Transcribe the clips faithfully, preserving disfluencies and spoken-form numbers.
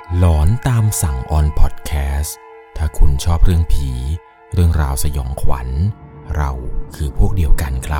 หลอนตามสั่งออนพอดแคสต์ถ้าคุณชอบเรื่องผีเรื่องราวสยองขวัญเราคือพวกเดียวกันครับ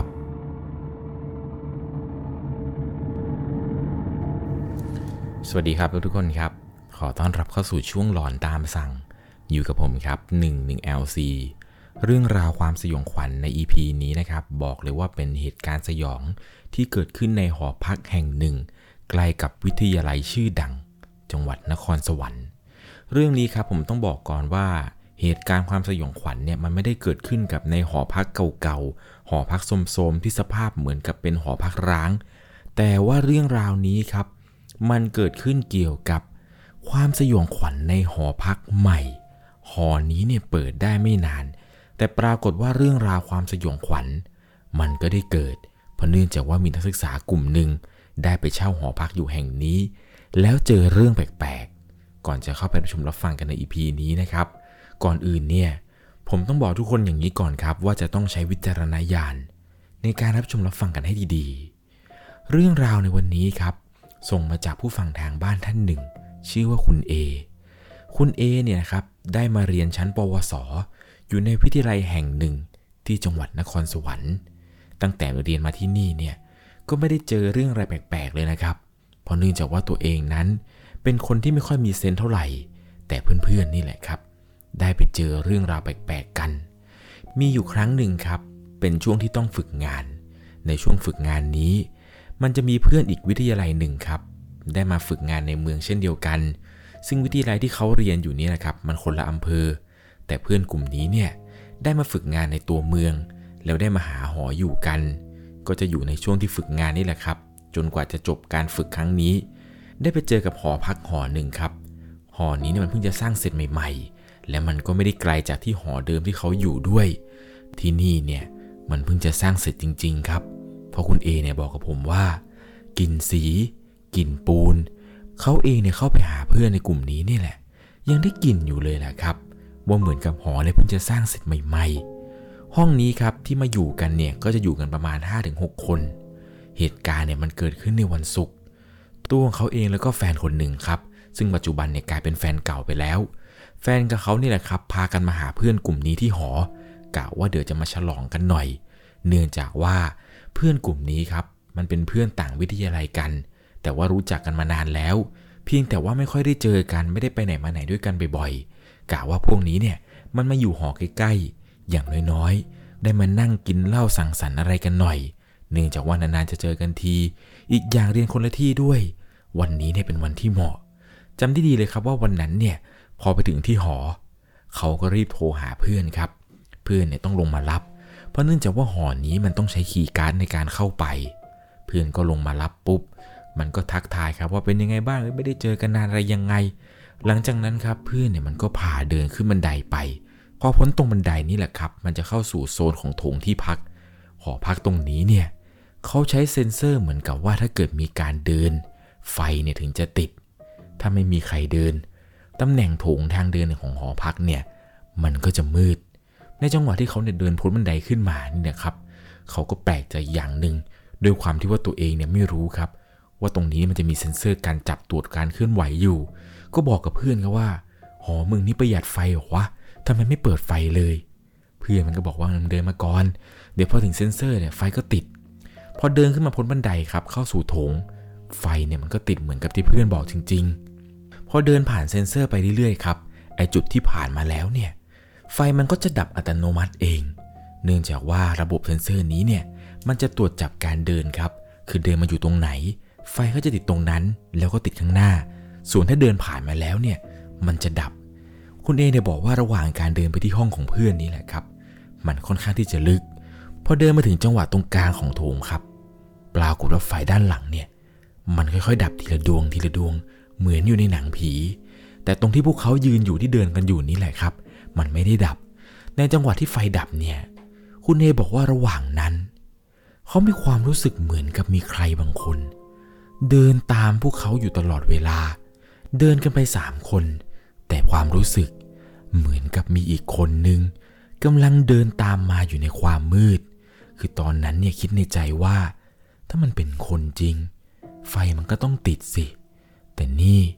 สวัสดีครับทุกคนครับขอต้อนรับเข้าสู่ช่วงหลอนตามสั่งอยู่กับผมครับหนึ่ง หนึ่ง แอล ซี เรื่องราวความสยองขวัญใน อี พี นี้นะครับบอกเลยว่าเป็นเหตุการณ์สยองที่เกิดขึ้นในหอพักแห่งหนึ่งใกล้กับวิทยาลัยชื่อดังจังหวัดนครสวรรค์เรื่องนี้ครับผมต้องบอกก่อนว่าเหตุการณ์ความสยองขวัญเนี่ยมันไม่ได้เกิดขึ้นกับในหอพักเก่าๆหอพักโทรมๆที่สภาพเหมือนกับเป็นหอพักร้างแต่ว่าเรื่องราวนี้ครับมันเกิดขึ้นเกี่ยวกับความสยองขวัญในหอพักใหม่หอนี้เนี่ยเปิดได้ไม่นานแต่ปรากฏว่าเรื่องราวความสยองขวัญมันก็ได้เกิดเพราะเนื่องจากว่ามีนักศึกษากลุ่มหนึ่งได้ไปเช่าหอพักอยู่แห่งนี้แล้วเจอเรื่องแปลกๆก่อนจะเข้าไปรับชมรับฟังกันใน อี พี นี้นะครับก่อนอื่นเนี่ยผมต้องบอกทุกคนอย่างนี้ก่อนครับว่าจะต้องใช้วิจารณญาณในการรับชมรับฟังกันให้ดีๆเรื่องราวในวันนี้ครับส่งมาจากผู้ฟังทางบ้านท่านหนึ่งชื่อว่าคุณเอคุณเอเนี่ยนะครับได้มาเรียนชั้นปวสอยู่ในวิทยาลัยแห่งหนึ่งที่จังหวัดนครสวรรค์ตั้งแต่เรียนมาที่นี่เนี่ยก็ไม่ได้เจอเรื่องอะไรแปลกๆเลยนะครับเพราะเนื่องจากว่าตัวเองนั้นเป็นคนที่ไม่ค่อยมีเซนส์เท่าไหร่แต่เพื่อนๆนี่แหละครับได้ไปเจอเรื่องราวแปลกๆกันมีอยู่ครั้งหนึ่งครับเป็นช่วงที่ต้องฝึกงานในช่วงฝึกงานนี้มันจะมีเพื่อนอีกวิทยาลัยหนึ่งครับได้มาฝึกงานในเมืองเช่นเดียวกันซึ่งวิทยาลัยที่เขาเรียนอยู่นี่นะครับมันคนละอำเภอแต่เพื่อนกลุ่มนี้เนี่ยได้มาฝึกงานในตัวเมืองแล้วได้มาหาหออยู่กันก็จะอยู่ในช่วงที่ฝึกงานนี่แหละครับจนกว่าจะจบการฝึกครั้งนี้ได้ไปเจอกับหอพักหอหนึ่งครับหอนี้เนี่ยมันเพิ่งจะสร้างเสร็จใหม่ๆและมันก็ไม่ได้ไกลจากที่หอเดิมที่เขาอยู่ด้วยที่นี่เนี่ยมันเพิ่งจะสร้างเสร็จจริงๆครับเพราะคุณเอเนี่ยบอกกับผมว่ากลิ่นสีกลิ่นปูนเขาเองเนี่ยเข้าไปหาเพื่อนในกลุ่มนี้นี่แหละยังได้กลิ่นอยู่เลยแหละครับว่าเหมือนกับหอเนี่ยเพิ่งจะสร้างเสร็จใหม่ๆห้องนี้ครับที่มาอยู่กันเนี่ยก็จะอยู่กันประมาณ ห้าถึงหก คนเหตุการณ์เนี่ยมันเกิดขึ้นในวันศุกร์ตัวของเขาเองแล้วก็แฟนคนหนึ่งครับซึ่งปัจจุบันเนี่ยกลายเป็นแฟนเก่าไปแล้วแฟนกับเขานี่แหละครับพากันมาหาเพื่อนกลุ่มนี้ที่หอกะว่าเดี๋ยวจะมาฉลองกันหน่อยเนื่องจากว่าเพื่อนกลุ่มนี้ครับมันเป็นเพื่อนต่างวิทยาลัยกันแต่ว่ารู้จักกันมานานแล้วเพียงแต่ว่าไม่ค่อยได้เจอกันไม่ได้ไปไหนมาไหนด้วยกันบ่อยๆกะว่าพวกนี้เนี่ยมันมาอยู่หอใกล้ๆอย่างน้อยๆได้มานั่งกินเหล้าสังสรรค์อะไรกันหน่อยเนื่องจากว่านานๆจะเจอกันทีอีกอย่างเรียนคนละที่ด้วยวันนี้เนี่ยเป็นวันที่เหมาะจำได้ดีเลยครับว่าวันนั้นเนี่ยพอไปถึงที่หอเขาก็รีบโทรหาเพื่อนครับเพื่อนเนี่ยต้องลงมารับเพราะเนื่องจากว่าหอนี้มันต้องใช้คีย์การ์ดในการเข้าไปเพื่อนก็ลงมารับปุ๊บมันก็ทักทายครับว่าเป็นยังไงบ้างไม่ได้เจอกันนานอะไรยังไงหลังจากนั้นครับเพื่อนเนี่ยมันก็พาเดินขึ้นบันไดไปพอพ้นตรงบันไดนี่แหละครับมันจะเข้าสู่โซนของโถงที่พักหอพักตรงนี้เนี่ยเขาใช้เซ็นเซอร์เหมือนกับว่าถ้าเกิดมีการเดินไฟเนี่ยถึงจะติดถ้าไม่มีใครเดินตำแหน่งโถงทางเดินของหอพักเนี่ยมันก็จะมืดในจังหวะที่เขาเนี่ยเดินพ้นบันไดขึ้นมานี่นะครับเขาก็แปลกใจอย่างหนึ่งด้วยความที่ว่าตัวเองเนี่ยไม่รู้ครับว่าตรงนี้มันจะมีเซ็นเซอร์การจับตรวจการเคลื่อนไหวอยู่ก็บอกกับเพื่อนเขาว่าหอมึงนี่ประหยัดไฟเหรอวะทำไมไม่เปิดไฟเลยเพื่อนมันก็บอกว่ามึงเดินมาก่อนเดี๋ยวพอถึงเซ็นเซอร์เนี่ยไฟก็ติดพอเดินขึ้นมาพ้นบันไดครับเข้าสู่โถงไฟเนี่ยมันก็ติดเหมือนกับที่เพื่อนบอกจริงๆพอเดินผ่านเซ็นเซอร์ไปเรื่อยๆครับไอจุดที่ผ่านมาแล้วเนี่ยไฟมันก็จะดับอัตโนมัติเองเนื่องจากว่าระบบเซ็นเซอร์นี้เนี่ยมันจะตรวจจับการเดินครับคือเดินมาอยู่ตรงไหนไฟก็จะติดตรงนั้นแล้วก็ติดข้างหน้าส่วนถ้าเดินผ่านมาแล้วเนี่ยมันจะดับคุณเอเนี่ยบอกว่าระหว่างการเดินไปที่ห้องของเพื่อนนี่แหละครับมันค่อนข้างที่จะลึกพอเดินมาถึงจังหวะตรงกลางของโถงครับปรากฏว่าไฟด้านหลังเนี่ยมันค่อยๆดับทีละดวงทีละดวงเหมือนอยู่ในหนังผีแต่ตรงที่พวกเขายืนอยู่ที่เดินกันอยู่นี่แหละครับมันไม่ได้ดับในจังหวะที่ไฟดับเนี่ยคุณเอบอกว่าระหว่างนั้นเขามีความรู้สึกเหมือนกับมีใครบางคนเดินตามพวกเขาอยู่ตลอดเวลาเดินกันไปสามคนแต่ความรู้สึกเหมือนกับมีอีกคนนึงกำลังเดินตามมาอยู่ในความมืดคือตอนนั้นเนี่ยคิดในใจว่าถ้ามันเป็นคนจริงไฟมันก็ต้องติดสิแต่นี่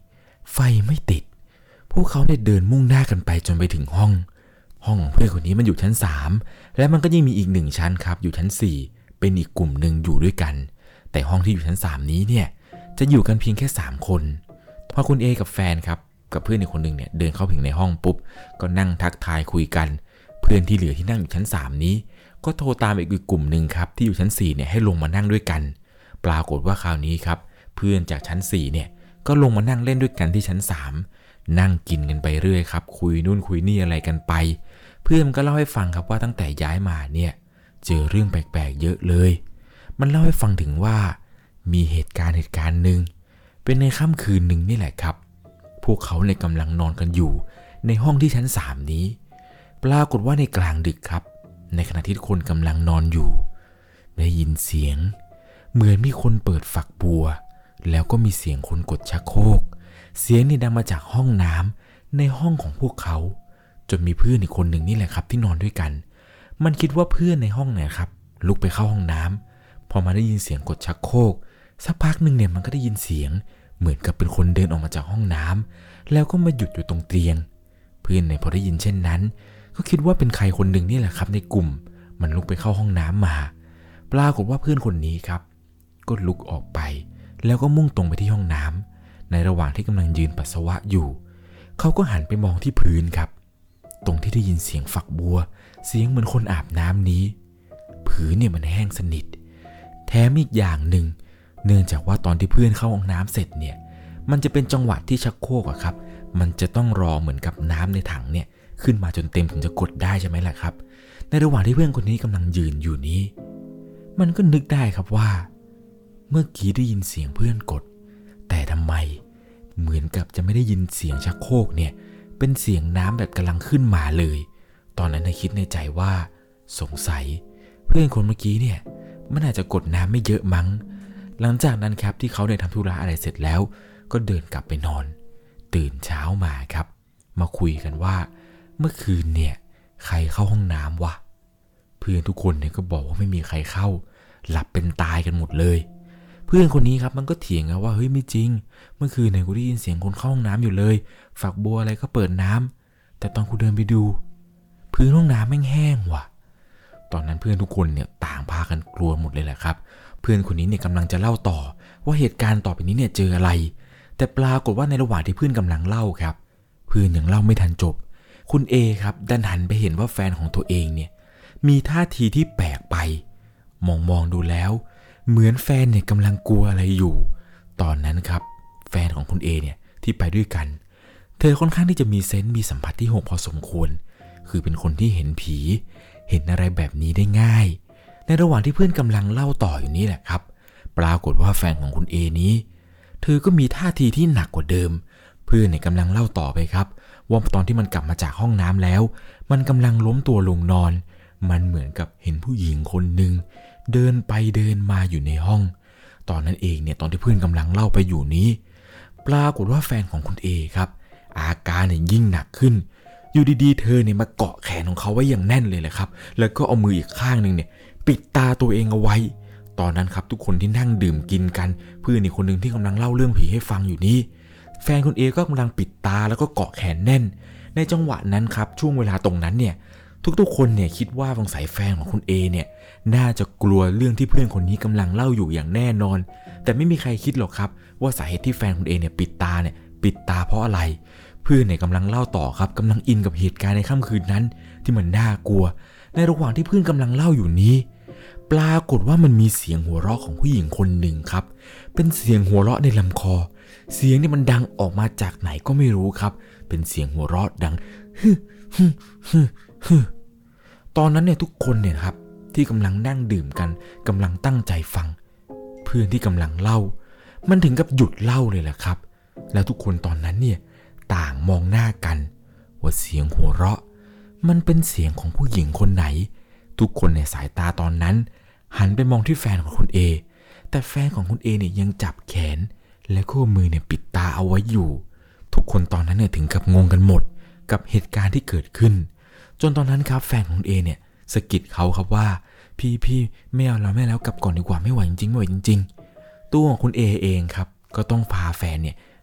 ไฟไม่ติดพวกเขาเนี่ยเดินมุ่งหน้ากันไปจนไปถึงห้องห้องของเพื่อนคนนี้มันอยู่ชั้นสามและมันก็ยังมีอีกหนึ่งชั้นครับอยู่ชั้นสี่เป็นอีกกลุ่มหนึ่งอยู่ด้วยกันแต่ห้องที่อยู่ชั้นสามนี้เนี่ยจะอยู่กันเพียงแค่สามคนพอคุณเอกับแฟนครับกับเพื่อนอีกคนนึงเนี่ยเดินเข้าถึงในห้องปุ๊บก็นั่งทักทายคุยกันเพื่อนที่เหลือที่นั่งอยู่ชั้นสามนี้ก็โทรตามอีกกลุ่มนึงครับที่อยู่ชั้นสี่เนี่ยให้ลงมานั่งด้วยกันปรากฏว่าคราวนี้ครับเพื่อนจากชั้นสี่เนี่ยก็ลงมานั่งเล่นด้วยกันที่ชั้นสามนั่งกินกันไปเรื่อยครับคุยนู่นคุยนี่อะไรกันไปเพื่อนมันก็เล่าให้ฟังครับว่าตั้งแต่ย้ายมาเนี่ยเจอเรื่องแปลกๆเยอะเลยมันเล่าให้ฟังถึงว่ามีเหตุการณ์เหตุการณ์หนึ่งเป็นในค่ำคืนหนึ่งนี่แหละครับพวกเขาเนี่ยกำลังนอนกันอยู่ในห้องที่ชั้นสามนี้ปรากฏว่าในกลางดึกครับในขณะที่ทุกคนกำลังนอนอยู่ได้ยินเสียงเหมือนมีคนเปิดฝักบัวแล้วก็มีเสียงคนกดชักโครกเสียงนี่ดังมาจากห้องน้ำในห้องของพวกเขาจนมีเพื่อนอีกคนหนึ่งนี่แหละครับที่นอนด้วยกันมันคิดว่าเพื่อนในห้องเนี่ยครับลุกไปเข้าห้องน้ำพอมาได้ยินเสียงกดชักโครกสักพักหนึ่งเนี่ยมันก็ได้ยินเสียงเหมือนกับเป็นคนเดินออกมาจากห้องน้ำแล้วก็มาหยุดอยู่ตรงเตียงเพื่อนเนี่ยพอได้ยินเช่นนั้นก็คิดว่าเป็นใครคนหนึ่งนี่แหละครับในกลุ่มมันลุกไปเข้าห้องน้ำมาปรากฏว่าเพื่อนคนนี้ครับก็ลุกออกไปแล้วก็มุ่งตรงไปที่ห้องน้ำในระหว่างที่กำลังยืนปัสสาวะอยู่เขาก็หันไปมองที่พื้นครับตรงที่ได้ยินเสียงฝักบัวเสียงเหมือนคนอาบน้ำนี้พื้นเนี่ยมันแห้งสนิทแถมอีกอย่างหนึ่งเนื่องจากว่าตอนที่เพื่อนเข้าห้องน้ำเสร็จเนี่ยมันจะเป็นจังหวะที่ชักโครกอะครับมันจะต้องรอเหมือนกับน้ำในถังเนี่ยขึ้นมาจนเต็มถึงจะกดได้ใช่ไหมล่ะครับในระหว่างที่เพื่อนคนนี้กำลังยืนอยู่นี้มันก็นึกได้ครับว่าเมื่อกี้ได้ยินเสียงเพื่อนกดแต่ทำไมเหมือนกับจะไม่ได้ยินเสียงชักโครกเนี่ยเป็นเสียงน้ำแบบกำลังขึ้นมาเลยตอนนั้นนายคิดในใจว่าสงสัยเพื่อนคนเมื่อกี้เนี่ยมันอาจจะกดน้ำไม่เยอะมั้งหลังจากนั้นครับที่เขาได้ทำธุระอะไรเสร็จแล้วก็เดินกลับไปนอนตื่นเช้ามาครับมาคุยกันว่าเมื่อคืนเนี่ยใครเข้าห้องน้ำวะเพื่อนทุกคนเนี่ยก็บอกว่าไม่มีใครเข้าหลับเป็นตายกันหมดเลยเพื่อนคนนี้ครับมันก็เถียงกันว่าเฮ้ยไม่จริงเมื่อคืนเนี่ยกูได้ยินเสียงคนเข้าห้องน้ำอยู่เลยฝักบัวอะไรก็เปิดน้ำแต่ตอนกูเดินไปดูพื้นห้องน้ำแม่งแห้งว่ะตอนนั้นเพื่อนทุกคนเนี่ยต่างพากันกลัวหมดเลยแหละครับเพื่อนคนนี้เนี่ยกำลังจะเล่าต่อว่าเหตุการณ์ต่อไปนี้เนี่ยเจออะไรแต่ปรากฏว่าในระหว่างที่เพื่อนกำลังเล่าครับเพื่อนยังเล่าไม่ทันจบคุณเอครับดันหันไปเห็นว่าแฟนของตัวเองเนี่ยมีท่าทีที่แปลกไปมองมองดูแล้วเหมือนแฟนเนี่ยกำลังกลัวอะไรอยู่ตอนนั้นครับแฟนของคุณเอเนี่ยที่ไปด้วยกันเธอค่อนข้างที่จะมีเซนส์มีสัมผัสที่หกพอสมควรคือเป็นคนที่เห็นผีเห็นอะไรแบบนี้ได้ง่ายในระหว่างที่เพื่อนกำลังเล่าต่ออยู่นี่แหละครับปรากฏว่าแฟนของคุณเอนี้เธอก็มีท่าทีที่หนักกว่าเดิมเพื่อนเนี่ยกำลังเล่าต่อไปครับว่าตอนที่มันกลับมาจากห้องน้ำแล้วมันกำลังล้มตัวลงนอนมันเหมือนกับเห็นผู้หญิงคนหนึ่งเดินไปเดินมาอยู่ในห้องตอนนั้นเองเนี่ยตอนที่เพื่อนกำลังเล่าไปอยู่นี้ปรากฏว่าแฟนของคุณเอครับอาการเนี่ยยิ่งหนักขึ้นอยู่ดีๆเธอเนี่ยมาเกาะแขนของเขาไว้อย่างแน่นเลยแหละครับแล้วก็เอามืออีกข้างนึงเนี่ยปิดตาตัวเองเอาไว้ตอนนั้นครับทุกคนที่นั่งดื่มกินกันเพื่อนอีกคนนึงที่กำลังเล่าเรื่องผีให้ฟังอยู่นี้แฟนคุณเอก็กำลังปิดตาแล้วก็เกาะแขนแน่นในจังหวะนั้นครับช่วงเวลาตรงนั้นเนี่ยทุกๆคนเนี่ยคิดว่าสงสัยแฟนของคุณเอเนี่ยน่าจะกลัวเรื่องที่เพื่อนคนนี้กำลังเล่าอยู่อย่างแน่นอนแต่ไม่มีใครคิดหรอกครับว่าสาเหตุที่แฟนคุณเอเนี่ยปิดตาเนี่ยปิดตาเพราะอะไรเพื่อนเนี่ยกำลังเล่าต่อครับกำลังอินกับเหตุการณ์ในค่ำคืนนั้นที่มันน่ากลัวในระหว่างที่เพื่อนกำลังเล่าอยู่นี้ปรากฏว่ามันมีเสียงหัวเราะของผู้หญิงคนหนึ่งครับเป็นเสียงหัวเราะในลำคอเสียงนี่มันดังออกมาจากไหนก็ไม่รู้ครับเป็นเสียงหัวเราะดังฮึฮึฮึฮึตอนนั้นเนี่ยทุกคนเนี่ยครับที่กำลังนั่งดื่มกันกำลังตั้งใจฟังเพื่อนที่กำลังเล่ามันถึงกับหยุดเล่าเลยแหละครับแล้วทุกคนตอนนั้นเนี่ยต่างมองหน้ากันว่าเสียงหัวเราะมันเป็นเสียงของผู้หญิงคนไหนทุกคนในสายตาตอนนั้นหันไปมองที่แฟนของคุณเอแต่แฟนของคุณเอเนี่ยยังจับแขนและข้อมือเนี่ยปิดตาเอาไว้อยู่ทุกคนตอนนั้นเนี่ยถึงกับงงกันหมดกับเหตุการณ์ที่เกิดขึ้นจนตอนนั้นครับแฟนของคุณเอเนี่ยสะกิดเขาครับว่าพี่พี่ไม่เอาแล้วไม่แล้วกลับก่อนดีกว่าไม่ไหวจริงๆไม่ไหวจริงๆตัวของคุณเอเองครับก็ต้องพาแฟนเนี่ย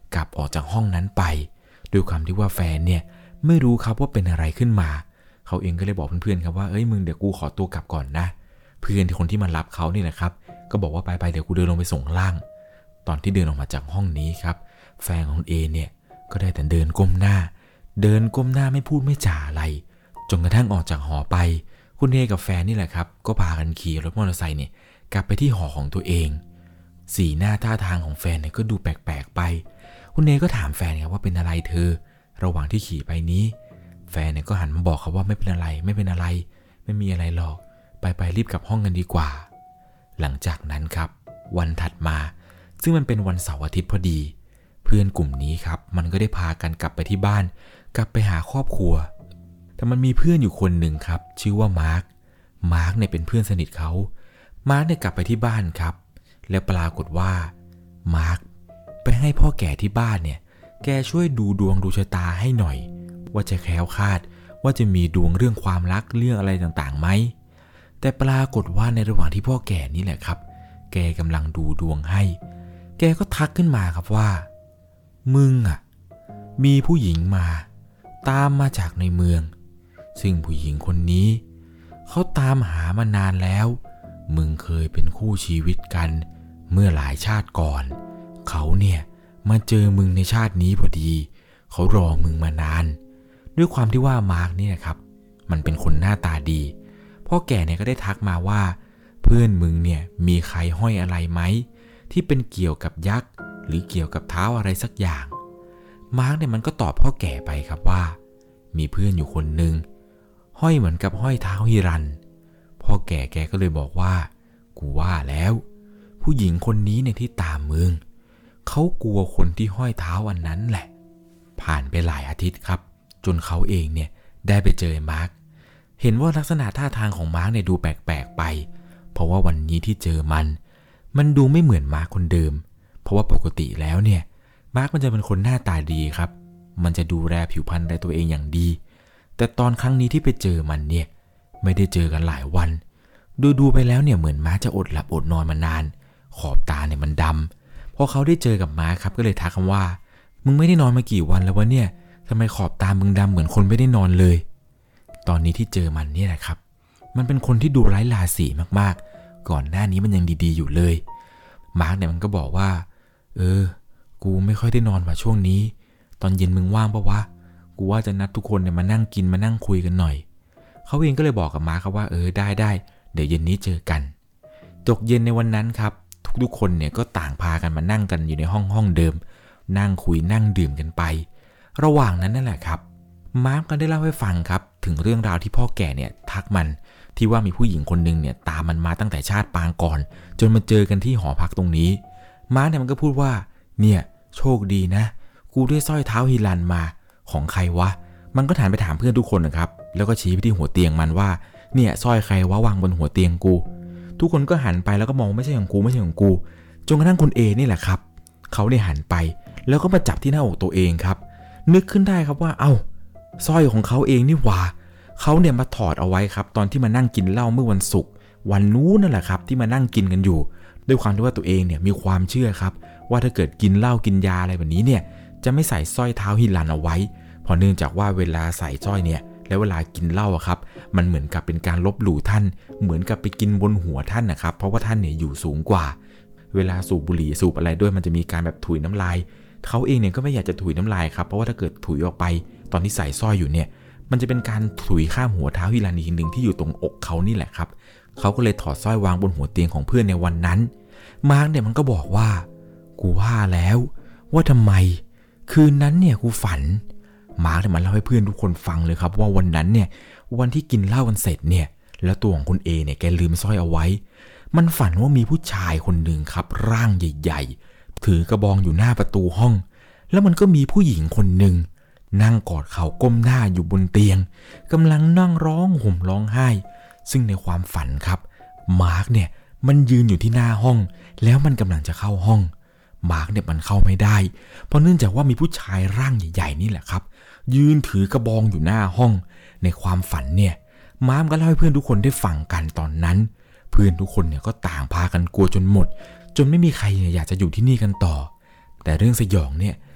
กลับออกจากห้องนั้นไปด้วยความที่ว่าแฟนเนี่ยไม่รู้ครับว่าเป็นอะไรขึ้นมาเขาเองก็เลยบอกเพื่อนๆครับว่าเอ้ยมึงเดี๋ยวกูขอตัวกลับก่อนนะเพื่อนที่คนที่มารับเขานี่แหละครับก็บอกว่าไปๆเดี๋ยวกูเดินลงไปส่งล่างตอนที่เดินออกมาจากห้องนี้ครับแฟนของเอเนี่ยก็ได้แต่เดินก้มหน้าเดินก้มหน้าไม่พูดไม่จ่าอะไรจนกระทั่งออกจากหอไปคุณเอกับแฟนนี่แหละครับก็พากันขี่รถมอเตอร์ไซค์เนี่ยกลับไปที่หอของตัวเองสีหน้าท่าทางของแฟนเนี่ยก็ดูแปลกๆไปคุณเอก็ถามแฟนครับว่าเป็นอะไรเธอระหว่างที่ขี่ไปนี้แฟนเนี่ยก็หันมาบอกเขาว่าไม่เป็นอะไรไม่เป็นอะไรไม่มีอะไรหรอกไปไปรีบกลับห้องกันดีกว่าหลังจากนั้นครับวันถัดมาซึ่งมันเป็นวันเสาร์อาทิตย์พอดีเพื่อนกลุ่มนี้ครับมันก็ได้พากันกลับไปที่บ้านกลับไปหาครอบครัวแต่มันมีเพื่อนอยู่คนหนึ่งครับชื่อว่ามาร์คมาร์คเนี่ยเป็นเพื่อนสนิทเขามาร์คเนี่ยกลับไปที่บ้านครับแล้วปรากฏว่ามาร์คไปให้พ่อแก่ที่บ้านเนี่ยแกช่วยดูดวงดูชะตาให้หน่อยว่าจะแคล้วคลาดว่าจะมีดวงเรื่องความรักเรื่องอะไรต่างๆไหมแต่ปรากฏว่าในระหว่างที่พ่อแก่นี่แหละครับแกกำลังดูดวงให้แกก็ทักขึ้นมาครับว่ามึงอ่ะมีผู้หญิงมาตามมาจากในเมืองซึ่งผู้หญิงคนนี้เขาตามหามานานแล้วมึงเคยเป็นคู่ชีวิตกันเมื่อหลายชาติก่อนเขาเนี่ยมาเจอมึงในชาตินี้พอดีเขารอมึงมานานด้วยความที่ว่ามาร์คเนี่ยครับมันเป็นคนหน้าตาดีพ่อแก่เนี่ยก็ได้ทักมาว่าเพื่อนมึงเนี่ยมีใครห้อยอะไรไหมที่เป็นเกี่ยวกับยักษ์หรือเกี่ยวกับเท้าอะไรสักอย่างมาร์คเนี่ยมันก็ตอบพ่อแก่ไปครับว่ามีเพื่อนอยู่คนหนึ่งห้อยเหมือนกับห้อยเท้าฮิรันพ่อแก่แกก็เลยบอกว่ากูว่าแล้วผู้หญิงคนนี้เนี่ยที่ตามมึงเขากลัวคนที่ห้อยเท้าอันนั้นแหละผ่านไปหลายอาทิตย์ครับจนเขาเองเนี่ยได้ไปเจอมาร์คเห็นว่าลักษณะท่าทางของมาร์คเนี่ยดูแปลกๆไปเพราะว่าวันนี้ที่เจอมันมันดูไม่เหมือนมาร์คคนเดิมเพราะว่าปกติแล้วเนี่ยมาร์คมันจะเป็นคนหน้าตาดีครับมันจะดูแลผิวพรรณในตัวเองอย่างดีแต่ตอนครั้งนี้ที่ไปเจอมันเนี่ยไม่ได้เจอกันหลายวันดูดูไปแล้วเนี่ยเหมือนมาร์คจะอดหลับอดนอนมานานขอบตาเนี่ยมันดำพอเขาได้เจอกับมาร์คครับก็เลยทักคำว่ามึงไม่ได้นอนมากี่วันแล้ววะเนี่ยทำไมขอบตามึงดำเหมือนคนไม่ได้นอนเลยตอนนี้ที่เจอมันเนี่ยแหละครับมันเป็นคนที่ดูไร้ราศีมากๆก่อนหน้านี้มันยังดีๆอยู่เลยมาร์คเนี่ยมันก็บอกว่าเออกูไม่ค่อยได้นอนว่ะช่วงนี้ตอนเย็นมึงว่างปะวะกูว่าจะนัดทุกคนเนี่ยมานั่งกินมานั่งคุยกันหน่อยเขาเองก็เลยบอกกับมาร์คครับว่าเออได้ได้เดี๋ยวเย็นนี้เจอกันตกเย็นในวันนั้นครับทุกๆคนเนี่ยก็ต่างพากันมานั่งกันอยู่ในห้องห้องเดิมนั่งคุยนั่งดื่มกันไประหว่างนั้นนั่นแหละครับมาร์คก็ได้เล่าให้ฟังครับถึงเรื่องราวที่พ่อแก่เนี่ยทักมันที่ว่ามีผู้หญิงคนนึงเนี่ยตามมันมาตั้งแต่ชาติปางก่อนจนมาเจอกันที่หอพักตรงนี้มาร์คเนี่ยมันก็พูดว่าเนี่ยโชคดีนะกูได้สร้อยเท้าฮิรันมาของใครวะมันก็ถามไปถามเพื่อนทุกคนนะครับแล้วก็ชี้ไปที่หัวเตียงมันว่าเนี่ยสร้อยใครวะวางบนหัวเตียงกูทุกคนก็หันไปแล้วก็มองไม่ใช่ของกูไม่ใช่ของกูจนกระทั่งคุณเอนี่แหละครับเขาได้หันไปแล้วก็มาจับที่หน้าอกตัวเองครับนึกขึ้นได้ครับว่าเอ้าสร้อยของเขาเองนี่หว่าเขาเนี่ยมาถอดเอาไว้ครับตอนที่มานั่งกินเหล้าเมื่อวันศุกร์วันนู้นนั่นแหละครับที่มานั่งกินกันอยู่ด้วยความที่ว่าตัวเองเนี่ยมีความเชื่อครับว่าถ้าเกิดกินเหล้ากินยาอะไรแบบนี้เนี่ยจะไม่ใส่สร้อยเท้าฮิรันเอาไว้เพราะเนื่องจากว่าเวลาใส่สร้อยเนี่ยแล้วเวลากินเหล้าอะครับมันเหมือนกับเป็นการลบหลู่ท่านเหมือนกับไปกินบนหัวท่านนะครับเพราะว่าท่านเนี่ยอยู่สูงกว่าเวลาสูบบุหรี่สูบอะไรด้วยมันจะมีการแบบถุยน้ำลายเขาเองเนี่ยก็ไม่อยากจะถุยน้ำลายครับเพราะว่าถ้าเกิดถุยออกไปตอนที่ใส่สร้อยอยู่เนี่ยมันจะเป็นการถุยข้ามหัวเท้าฮิรันอีกทีนึงที่อยู่ตรงอกเขานี่แหละครับเขาก็เลยถอดสร้อยวางบนหัวเตียงของเพื่อนในวันนั้นมาร์คเนี่ยมันก็บอกว่ากูว่าแล้วว่าทำไมคืนนั้นเนี่ยกูฝันมาร์คเนี่ยมันเล่าให้เพื่อนทุกคนฟังเลยครับว่าวันนั้นเนี่ยวันที่กินเหล้ากันเสร็จเนี่ยแล้วตัวของคุณเอเนี่ยแกลืมสร้อยเอาไว้มันฝันว่ามีผู้ชายคนหนึ่งครับร่างใหญ่ๆถือกระบองอยู่หน้าประตูห้องแล้วมันก็มีผู้หญิงคนหนึ่งนั่งกอดเข่าก้มหน้าอยู่บนเตียงกำลังนั่งร้องห่มร้องไห้ซึ่งในความฝันครับมาร์คเนี่ยมันยืนอยู่ที่หน้าห้องแล้วมันกำลังจะเข้าห้องมาร์คเนี่ยมันเข้าไม่ได้เพราะเนื่องจากว่ามีผู้ชายร่างใหญ่ๆนี่แหละครับยืนถือกระบองอยู่หน้าห้องในความฝันเนี่ยมาร์คก็เล่าให้เพื่อนทุกคนได้ฟังกันตอนนั้นเพื่อนทุกคนเนี่ยก็ต่างพากันกลัวจนหมดจนไม่มีใครอยากจะอยู่ที่นี่กันต่อแต่เรื่องสยองเนี่ย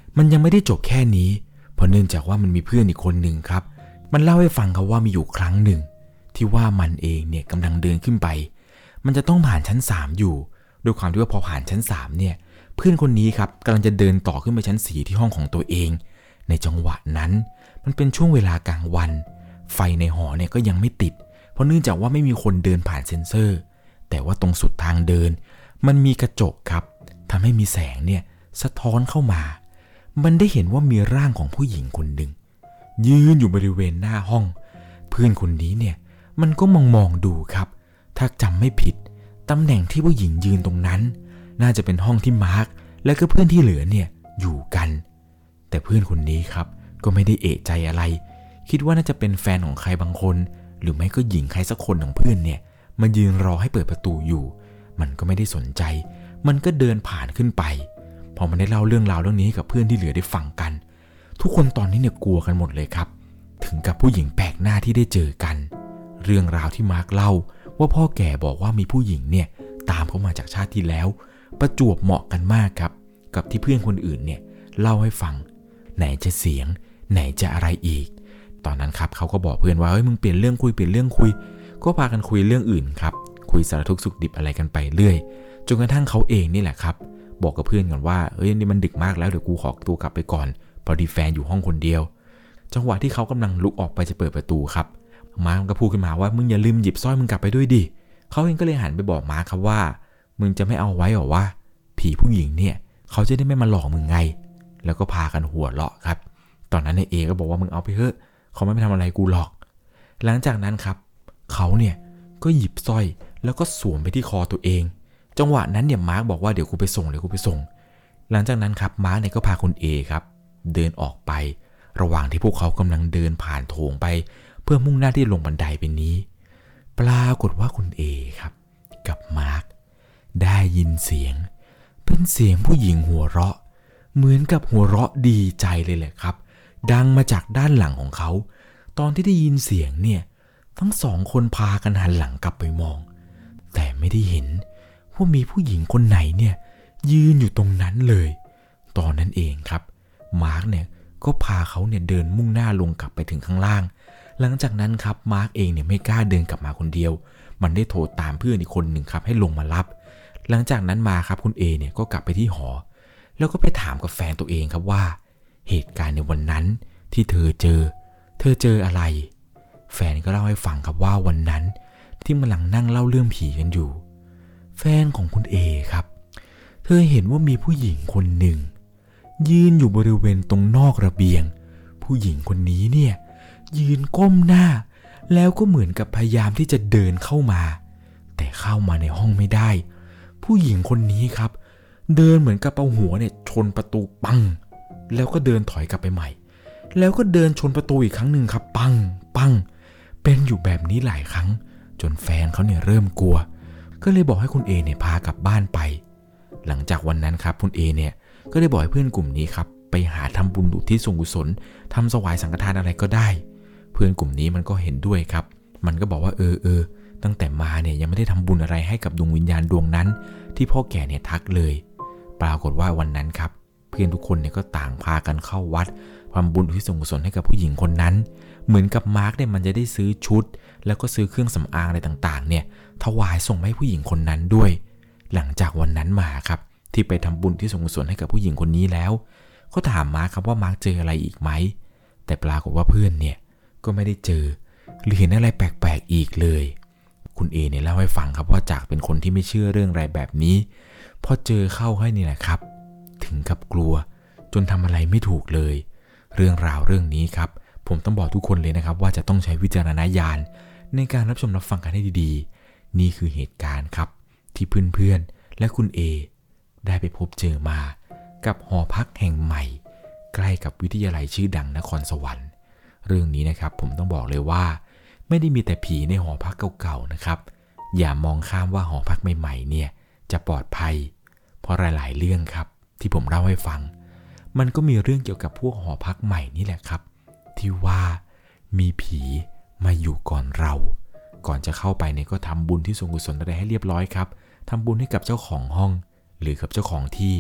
มันยังไม่ได้จบแค่นี้เพราะเนื่องจากว่ามันมีเพื่อนอีกคนหนึ่งครับมันเล่าให้ฟังครับว่ามีอยู่ครั้งหนึ่งที่ว่ามันเองเนี่ยกำลังเดินขึ้นไปมันจะต้องผ่านชั้นสามอยู่ด้วยความที่ว่าพอผ่านชั้นสามเนี่ยเพื่อนคนนี้ครับกำลังจะเดินต่อขึ้นไปชั้นสี่ที่ห้องของตัวเองในจังหวะนั้นมันเป็นช่วงเวลากลางวันไฟในหอเนี่ยก็ยังไม่ติดเพราะเนื่องจากว่าไม่มีคนเดินผ่านเซ็นเซอร์แต่ว่าตรงสุดทางเดินมันมีกระจกครับทำให้มีแสงเนี่ยสะท้อนเข้ามามันได้เห็นว่ามีร่างของผู้หญิงคนหนึ่งยืนอยู่บริเวณหน้าห้องเพื่อนคนนี้เนี่ยมันก็มองมองดูครับถ้าจำไม่ผิดตำแหน่งที่ผู้หญิงยืนตรงนั้นน่าจะเป็นห้องที่มาร์คและก็เพื่อนที่เหลือเนี่ยอยู่กันแต่เพื่อนคนนี้ครับก็ไม่ได้เอะใจอะไรคิดว่าน่าจะเป็นแฟนของใครบางคนหรือไม่ก็หญิงใครสักคนของเพื่อนเนี่ยมายืนรอให้เปิดประตูอยู่มันก็ไม่ได้สนใจมันก็เดินผ่านขึ้นไปพอมันได้เล่าเรื่องราวเรื่องนี้กับเพื่อนที่เหลือได้ฟังกันทุกคนตอนนี้เนี่ยกลัวกันหมดเลยครับถึงกับผู้หญิงแปลกหน้าที่ได้เจอกันเรื่องราวที่มาร์คเล่าว่าพ่อแก่บอกว่ามีผู้หญิงเนี่ยตามเขามาจากชาติที่แล้วประจวบเหมาะกันมากครับกับที่เพื่อนคนอื่นเนี่ยเล่าให้ฟังไหนจะเสียงไหนจะอะไรอีกตอนนั้นครับเขาก็บอกเพื่อนว่าเฮ้ยมึงเปลี่ยนเรื่องคุยเปลี่ยนเรื่องคุยก็พากันคุยเรื่องอื่นครับคุยสารทุกข์สุขดิบอะไรกันไปเรื่อยจนกระทั่งเขาเองนี่แหละครับบอกกับเพื่อนกันว่าเอ้ยนี่มันดึกมากแล้วเดี๋ยวกูขอตัวกลับไปก่อนพอดีแฟนอยู่ห้องคนเดียวจังหวะที่เขากำลังลุกออกไปจะเปิดประตูครับมาร์คก็พูดขึ้นมาว่ามึงอย่าลืมหยิบสร้อยมึงกลับไปด้วยดิเขาเองก็เลยหันไปบอกมาร์คครับว่ามึงจะไม่เอาไว้หรอว่าผีผู้หญิงเนี่ยเขาจะได้ไม่มาหลอกมึงไงแล้วก็พากันหัวเราะครับตอนนั้นในเอก็บอกว่ามึงเอาไปเถอะเขาไม่ไปทำอะไรกูหรอกหลังจากนั้นครับเขาเนี่ยก็หยิบสร้อยแล้วก็สวมไปที่คอตัวเองจังหวะนั้นเนี่ยมาร์คบอกว่าเดี๋ยวกูไปส่งเดี๋ยวกูไปส่งหลังจากนั้นครับมาร์คเนี่ยก็พาคุณเอครับเดินออกไประหว่างที่พวกเขากำลังเดินผ่านโถงไปเพื่อมุ่งหน้าที่ลงบันไดไปนี้ปรากฏว่าคุณเอครับกับมาร์คได้ยินเสียงเป็นเสียงผู้หญิงหัวเราะเหมือนกับหัวเราะดีใจเลยแหละครับดังมาจากด้านหลังของเขาตอนที่ได้ยินเสียงเนี่ยทั้งสองคนพากันหันหลังกลับไปมองแต่ไม่ได้เห็นว่ามีผู้หญิงคนไหนเนี่ยยืนอยู่ตรงนั้นเลยตอนนั้นเองครับมาร์คเนี่ยก็พาเขาเนี่ยเดินมุ่งหน้าลงกลับไปถึงข้างล่างหลังจากนั้นครับมาร์คเองเนี่ยไม่กล้าเดินกลับมาคนเดียวมันได้โทรตามเพื่อนอีกคนหนึ่งครับให้ลงมารับหลังจากนั้นมาครับคุณเอเนี่ยก็กลับไปที่หอแล้วก็ไปถามกับแฟนตัวเองครับว่าเหตุการณ์ในวันนั้นที่เธอเจอเธอเจออะไรแฟนก็เล่าให้ฟังครับว่าวันนั้นที่กำลังนั่งเล่าเรื่องผีกันอยู่แฟนของคุณเอครับเธอเห็นว่ามีผู้หญิงคนหนึ่งยืนอยู่บริเวณตรงนอกระเบียงผู้หญิงคนนี้เนี่ยยืนก้มหน้าแล้วก็เหมือนกับพยายามที่จะเดินเข้ามาแต่เข้ามาในห้องไม่ได้ผู้หญิงคนนี้ครับเดินเหมือนกับเอาหัวเนี่ยชนประตูปังแล้วก็เดินถอยกลับไปใหม่แล้วก็เดินชนประตูอีกครั้งหนึ่งครับปังปังเป็นอยู่แบบนี้หลายครั้งจนแฟนเขาเนี่ยเริ่มกลัวก็เลยบอกให้คุณเอเนี่ยพากลับบ้านไปหลังจากวันนั้นครับคุณเอเนี่ยก็ได้บอกให้เพื่อนกลุ่มนี้ครับไปหาทำบุญอุทิศส่วนกุศลทำถวายสังฆทานอะไรก็ได้เพื่อนกลุ่มนี้มันก็เห็นด้วยครับมันก็บอกว่าเออเออตั้งแต่มาเนี่ยยังไม่ได้ทำบุญอะไรให้กับดวงวิญญาณดวงนั้นที่พ่อแก่เนี่ยทักเลยปรากฏว่าวันนั้นครับเพื่อนทุกคนเนี่ยก็ต่างพากันเข้าวัดทำบุญอุทิศส่วนกุศลให้กับผู้หญิงคนนั้นเหมือนกับมาร์คเนี่ยมันจะได้ซื้อชุดแล้วก็ซื้อเครื่องสำอางอะไรต่างๆเนี่ยถวายส่งให้ผู้หญิงคนนั้นด้วยหลังจากวันนั้นมาครับที่ไปทำบุญที่ส่วนกุศลให้กับผู้หญิงคนนี้แล้วก็ถามมาร์คครับว่ามาร์คเจออะไรอีกไหมแต่ปรากฏว่าเพื่อนเนี่ยก็ไม่ได้เจอหรือเห็นอะไรแปลกๆอีกเลยคุณเอเนี่ยเล่าให้ฟังครับว่าจากเป็นคนที่ไม่เชื่อเรื่องอะไรแบบนี้พอเจอเข้าให้นี่แหละครับถึงกับกลัวจนทำอะไรไม่ถูกเลยเรื่องราวเรื่องนี้ครับผมต้องบอกทุกคนเลยนะครับว่าจะต้องใช้วิจารณญาณในการรับชมรับฟังกันให้ดีๆนี่คือเหตุการณ์ครับที่เพื่อนๆและคุณเอได้ไปพบเจอมากับหอพักแห่งใหม่ใกล้กับวิทยาลัยชื่อดังนครสวรรค์เรื่องนี้นะครับผมต้องบอกเลยว่าไม่ได้มีแต่ผีในหอพักเก่าๆนะครับอย่ามองข้ามว่าหอพักใหม่ๆเนี่ยจะปลอดภัยเพราะหลายๆเรื่องครับที่ผมเล่าให้ฟังมันก็มีเรื่องเกี่ยวกับพวกหอพักใหม่นี่แหละครับที่ว่ามีผีมาอยู่ก่อนเราก่อนจะเข้าไปเนี่ยก็ทำบุญที่ส่วนกุศลอะไรให้เรียบร้อยครับทำบุญให้กับเจ้าของห้องหรือกับเจ้าของที่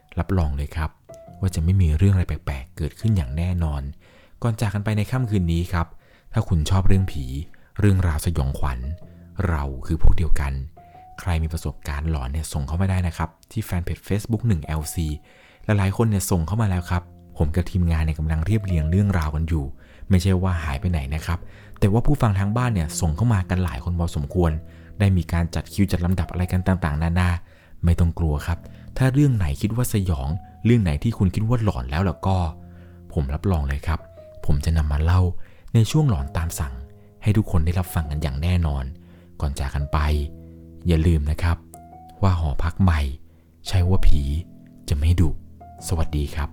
รับรองเลยครับว่าจะไม่มีเรื่องอะไรแปลกๆเกิดขึ้นอย่างแน่นอนก่อนจากกันไปในค่ำคืนนี้ครับถ้าคุณชอบเรื่องผีเรื่องราวสยองขวัญเราคือพวกเดียวกันใครมีประสบการณ์หลอนเนี่ยส่งเข้ามาได้นะครับที่แฟนเพจ Facebook หนึ่ง แอล ซี หลายๆคนเนี่ยส่งเข้ามาแล้วครับผมกับทีมงานเนี่ยกำลังเรียบเรียงเรื่องราวกันอยู่ไม่ใช่ว่าหายไปไหนนะครับแต่ว่าผู้ฟังทางบ้านเนี่ยส่งเข้ามากันหลายคนพอสมควรได้มีการจัดคิวจัดลำดับอะไรกันต่างๆนานาไม่ต้องกลัวครับถ้าเรื่องไหนคิดว่าสยองเรื่องไหนที่คุณคิดว่าหลอนแล้วล่ะก็ผมรับรองเลยครับผมจะนำมาเล่าในช่วงหลอนตามสั่งให้ทุกคนได้รับฟังกันอย่างแน่นอนก่อนจากกันไปอย่าลืมนะครับว่าหอพักใหม่ใช่ว่าผีจะไม่ดุสวัสดีครับ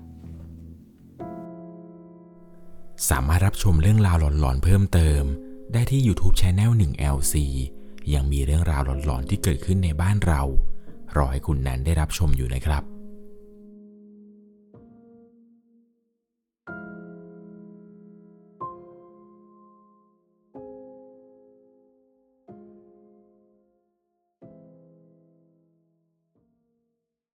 สามารถรับชมเรื่องราวหลอนๆเพิ่มเติมได้ที่ YouTube Channel หนึ่ง แอล ซี ยังมีเรื่องราวหลอนๆที่เกิดขึ้นในบ้านเรารอให้คุณนั้นได้รับชมอยู่นะครับ